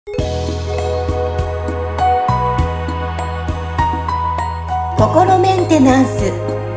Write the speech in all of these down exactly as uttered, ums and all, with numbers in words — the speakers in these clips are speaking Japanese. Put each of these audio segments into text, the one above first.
心メンテナンス。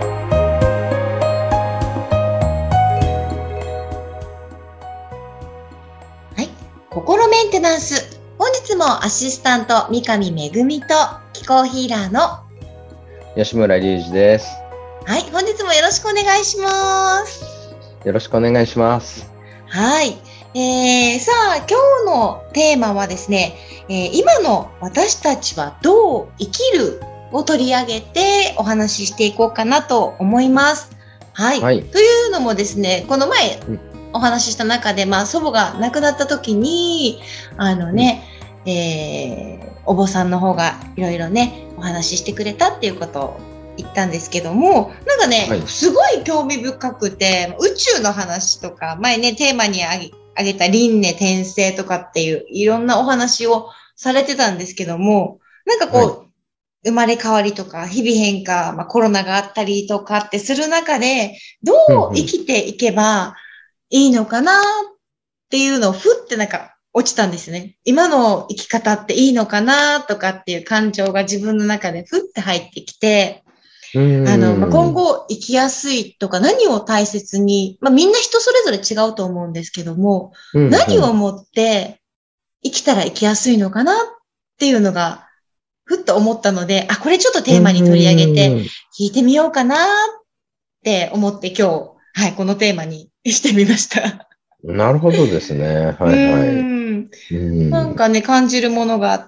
はい、心メンテナンス。本日もアシスタント三上恵と気候ヒーラーの吉村隆二です。 はい、本日もよろしくお願いします。 よろしくお願いします。 はい、えー、さあ今日のテーマはですね、えー、今の私たちはどう生きるを取り上げてお話ししていこうかなと思います。はい。はい、というのもですね、この前お話しした中で、まあ祖母が亡くなった時に、あのね、うん、えー、お坊さんの方がいろいろね、お話ししてくれたっていうことを言ったんですけども、なんかね、はい、すごい興味深くて、宇宙の話とか、前ね、テーマにあげ、あげた輪廻転生とかっていういろんなお話をされてたんですけども、なんかこう、はい、生まれ変わりとか、日々変化、まあ、コロナがあったりとかってする中で、どう生きていけばいいのかなっていうのをふってなんか落ちたんですね。今の生き方っていいのかなとかっていう感情が自分の中でふって入ってきて、あの、まあ、今後生きやすいとか何を大切に、まあ、みんな人それぞれ違うと思うんですけども、うんうん、何をもって生きたら生きやすいのかなっていうのがふっと思ったので、あ、これちょっとテーマに取り上げて聞いてみようかなって思って今日、はい、このテーマにしてみました。 なるほどですね。はいはい。うんなんかね、感じるものがあって、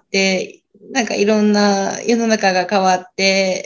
なんかいろんな世の中が変わって、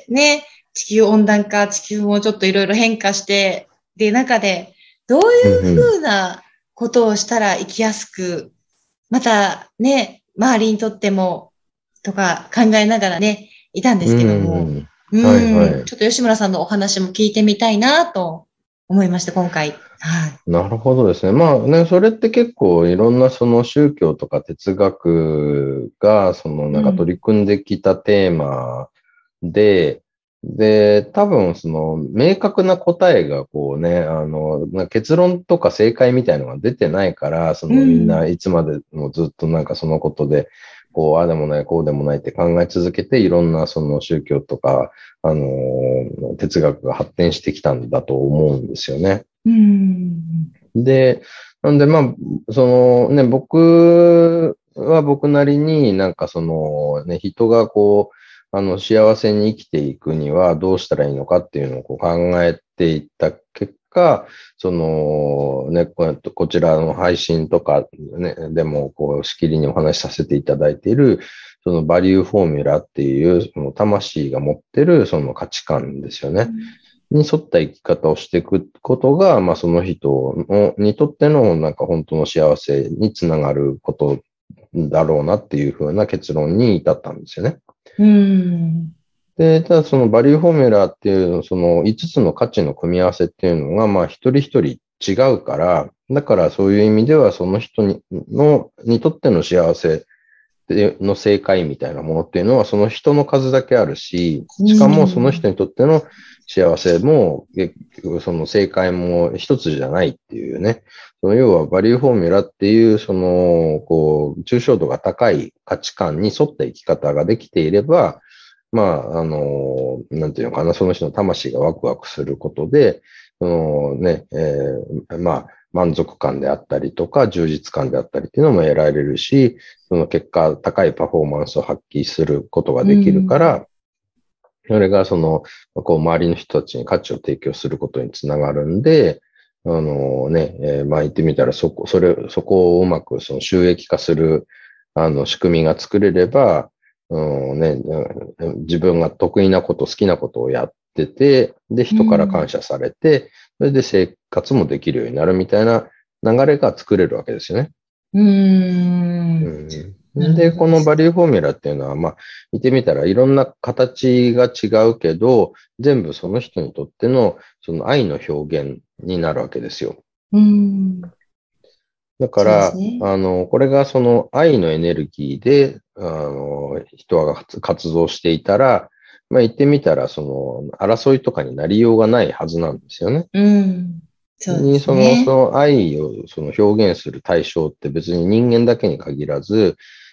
ね、地球温暖化、地球もちょっといろいろ変化して、で、中でどういうふうなことをしたら生きやすく、またね、周りにとっても、とか考えながらね、いたんですけども、うんうんはいはい、ちょっと吉村さんのお話も聞いてみたいなと思いました、今回。はい。 なるほどですね。まあね、それって結構いろんなその宗教とか哲学が、そのなんか取り組んできたテーマで、うん、で、多分その明確な答えがこうね、あの、結論とか正解みたいなのが出てないから、そのみんないつまでもずっとなんかそのことで、こう、ああでもない、こうでもないって考え続けて、いろんなその宗教とか、あの、哲学が発展してきたんだと思うんですよね。うんで、なんで、まあ、そのね、僕は僕なりになんかそのね、人がこう、あの、幸せに生きていくにはどうしたらいいのかっていうのをこう考えていった結果、そのね、こちらの配信とかね、でもこう、しきりにお話しさせていただいている、そのバリューフォーミュラっていう、その魂が持ってるその価値観ですよね。うんに沿った生き方をしていくことが、まあその人のにとってのなんか本当の幸せにつながることだろうなっていうふうな結論に至ったんですよね。うんで、ただそのバリューフォーミュラーっていうそのいつつの価値の組み合わせっていうのが、まあ一人一人違うから、だからそういう意味ではその人にのにとっての幸せの正解みたいなものっていうのはその人の数だけあるし、しかもその人にとっての幸せも、結局その正解も一つじゃないっていうね。その要はバリューフォーミュラっていう、その、こう、抽象度が高い価値観に沿った生き方ができていれば、まあ、あの、なんていうのかな、その人の魂がワクワクすることで、そのね、えー、まあ、満足感であったりとか、充実感であったりっていうのも得られるし、その結果、高いパフォーマンスを発揮することができるから、それがその、こう、周りの人たちに価値を提供することにつながるんで、あのね、えー、まあ言ってみたら、そこ、それ、そこをうまくその収益化する、あの、仕組みが作れれば、うんね、自分が得意なこと、好きなことをやってて、で、人から感謝されて、それで生活もできるようになるみたいな流れが作れるわけですよね。うーんうんで、このバリューフォーミュラっていうのは、まあ、見てみたらいろんな形が違うけど、全部その人にとってのその愛の表現になるわけですよ。うんだから、ね、あの、これがその愛のエネルギーで、あの、人が活動していたら、まあ言ってみたら、その、争いとかになりようがないはずなんですよね。うんそうですね。その、その愛をその表現する対象って別に人間だけに限らず、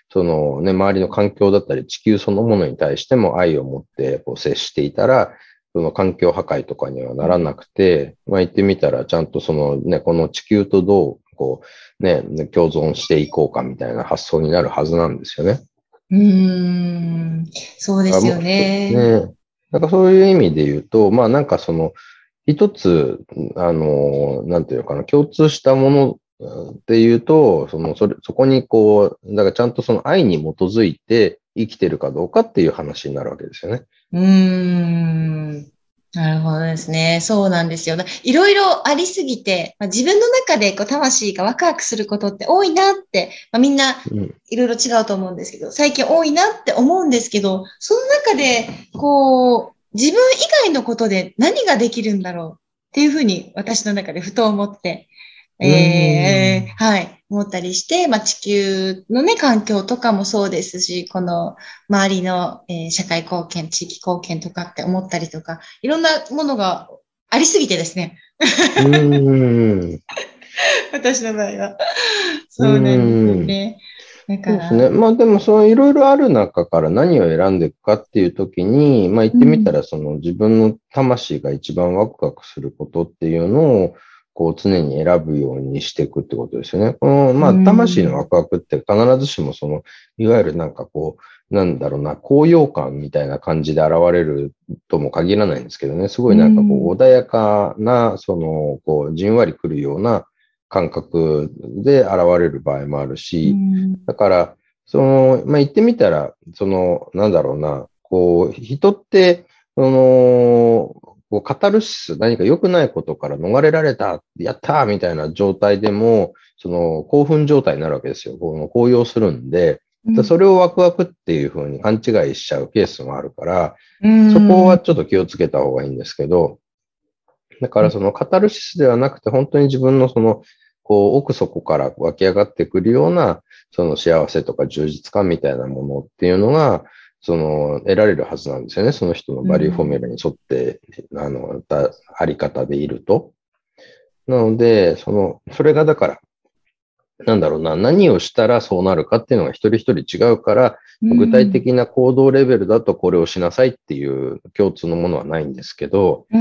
そのね、周りの環境だったり地球そのものに対しても愛を持ってこう接していたら、その環境破壊とかにはならなくて、まあ言ってみたらちゃんとそのね、この地球とどうこうね、共存していこうかみたいな発想になるはずなんですよね。 うーん、そうですよね。 ね、なんかそういう意味で言うと、まあなんかその一つ、あの、なんていうのかな、共通したものっていうと、その、それ、そこにこう、だからちゃんとその愛に基づいて生きてるかどうかっていう話になるわけですよね。 うーん。なるほどですね。そうなんですよ。いろいろありすぎて、まあ、自分の中でこう魂がワクワクすることって多いなって、まあ、みんなうん。 いろいろ違うと思うんですけど、最近多いなって思うんですけど、その中で、こう、自分以外のことで何ができるんだろうっていうふうに私の中でふと思って、 うーえー、 ん。 はい、思ったりして、まあ、地球のね、環境とかもそうですし、この周りの、えー社会貢献、地域貢献とかって思ったりとか、いろんなものがありすぎてですね。 うーん。 私の場合は。 うそうなんですよーん。 ね。だそうですね。 から、 まあでも、そのいろいろある中から何を選んでいくかっていうときに、まあ言ってみたうん、 ら、その自分の魂が一番ワクワクすることっていうのを、こう常に選ぶようにしていくってことですよね。この、 うまあ魂のワん、 クワクって必ずしもその、いわゆるなんかこう、なんだろうな、高揚感みたいな感じで現れるとも限らないんですけどね。すごういなんかこう、 ん、 穏やかな、その、こう、じんわりくるような感覚で現れる場合もあるうし、 ん、 だから、その、まあ、言ってみたら、その、なんだろうな、こう、人って、その、こうカタルシス、何か良くないことから逃れられた、やったーみたいな状態でも、その、興奮状態になるわけですよ。この高揚するんで、でそれをワクワクっていうふうに勘違いしちゃうケースもあるから、 うん、うん、 そこはちょっと気をつけた方がいいんですけど、だからそのカタルシスではなくて、本当に自分のその、こう、奥底から湧き上がってくるような、その幸せとか充実感みたいなものっていうのが、その、得られるはずなんですよね。その人のうバリューフォーミュラにん、 沿って、あの、たあり方でいると。なので、その、それがだから、なんだろうな、何をしたらそうなるかっていうのが一人一人違うから、 う具体ん、 的な行動レベルだとこれをしなさいっていう共通のものはないんですけど、 うん、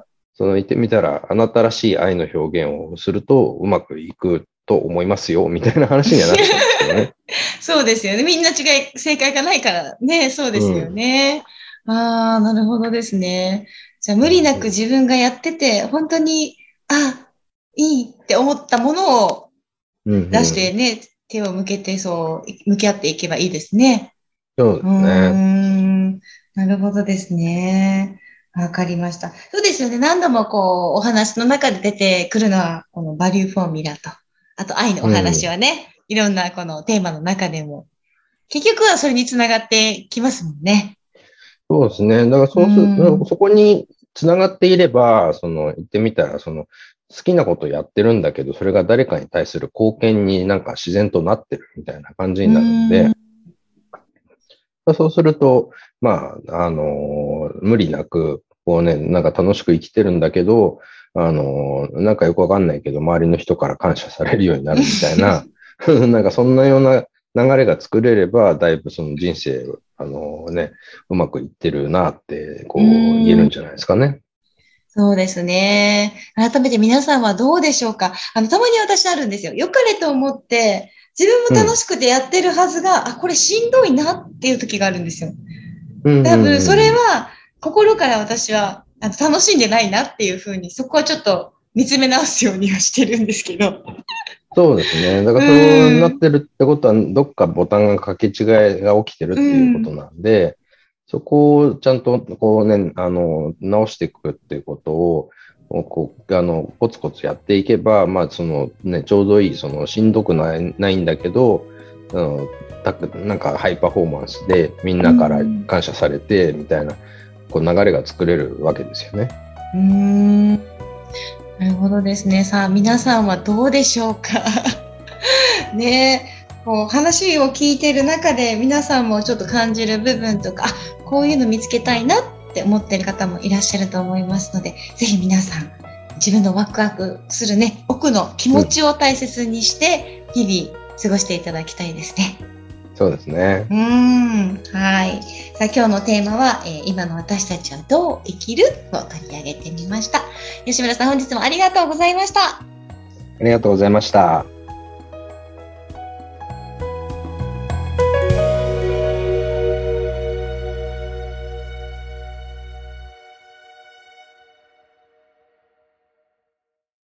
だから、その言ってみたら、あなたらしい愛の表現をするとうまくいくと思いますよ、みたいな話にはなっちゃうんですけどね。 そうですよね。みんな違い、正解がないからね。そうですようん。 ね。ああ、なるほどですね。じゃあ、無理なく自分がやってて、本当に、あ、いいって思ったものをうん、 出うん。 してね、手を向けて、そう、向き合っていけばいいですね。 そううーですね。 ん、なるほどですね。わかりました。そうですよね。何度もこう、お話の中で出てくるのは、このバリューフォーミュラと、あと愛のおうん。 話はね、いろんなこのテーマの中でも、結局はそれにつながってきますもんね。 そうですね。だからうーそうする、 ん、 そこにつながっていれば、その、言ってみたら、その、好きなことやってるんだけど、それが誰かに対する貢献になんか自然となってるみたいな感じうーになるんで、 ん、 そうすると、まあ、あの、無理なく、こうね、なんか楽しく生きてるんだけど、あの、なんかよくわかんないけど、周りの人から感謝されるようになるみたいな、なんかそんなような流れが作れれば、だいぶその人生、あのね、うまくいってるなって、 うこう言えーん。 るんじゃないですかね。 そうですね。改めて皆さんはどうでしょうか。あの、たまに私あるんですよ。良かれと思って、自分もうん。 楽しくてやってるはずが、あ、これしんどいなっていう時があるんですよ。 うん、 多分、そうん、うん。 れは、心から私は、あの楽しんでないなっていうふうに、そこはちょっと見つめ直すようにはしてるんですけど。 そうですね。だかうらそうなーん、 ってるってことは、どっかボタンが掛け違いが起きてるうっていうことん、 なんで、そこをちゃんとこうね、あの、直していくっていうことを、こう、あの、コツコツやっていけば、まあ、そのね、ちょうどいい、その、しんどくない、ないんだけど、あの、たなんかハイパフォーマンスでみんうなからん、 感謝されて、みたいな、こう流れが作れるわけですよね。 うーん。なるほどですね。さあ、皆さんはどうでしょうか。ねえ、こう話を聞いている中で皆さんもちょっと感じる部分とか、あ、こういうの見つけたいなって思っている方もいらっしゃると思いますので、ぜひ皆さん、自分のワクワクするね、奥の気持うん。 ちを大切にして、日々過ごしていただきたいですね。 そうですね。 うーん。はい。さあ、今日のテーマは、えー今の私たちはどう生きるを取り上げてみました。吉村さん、本日もありがとうございました。 ありがとうございました。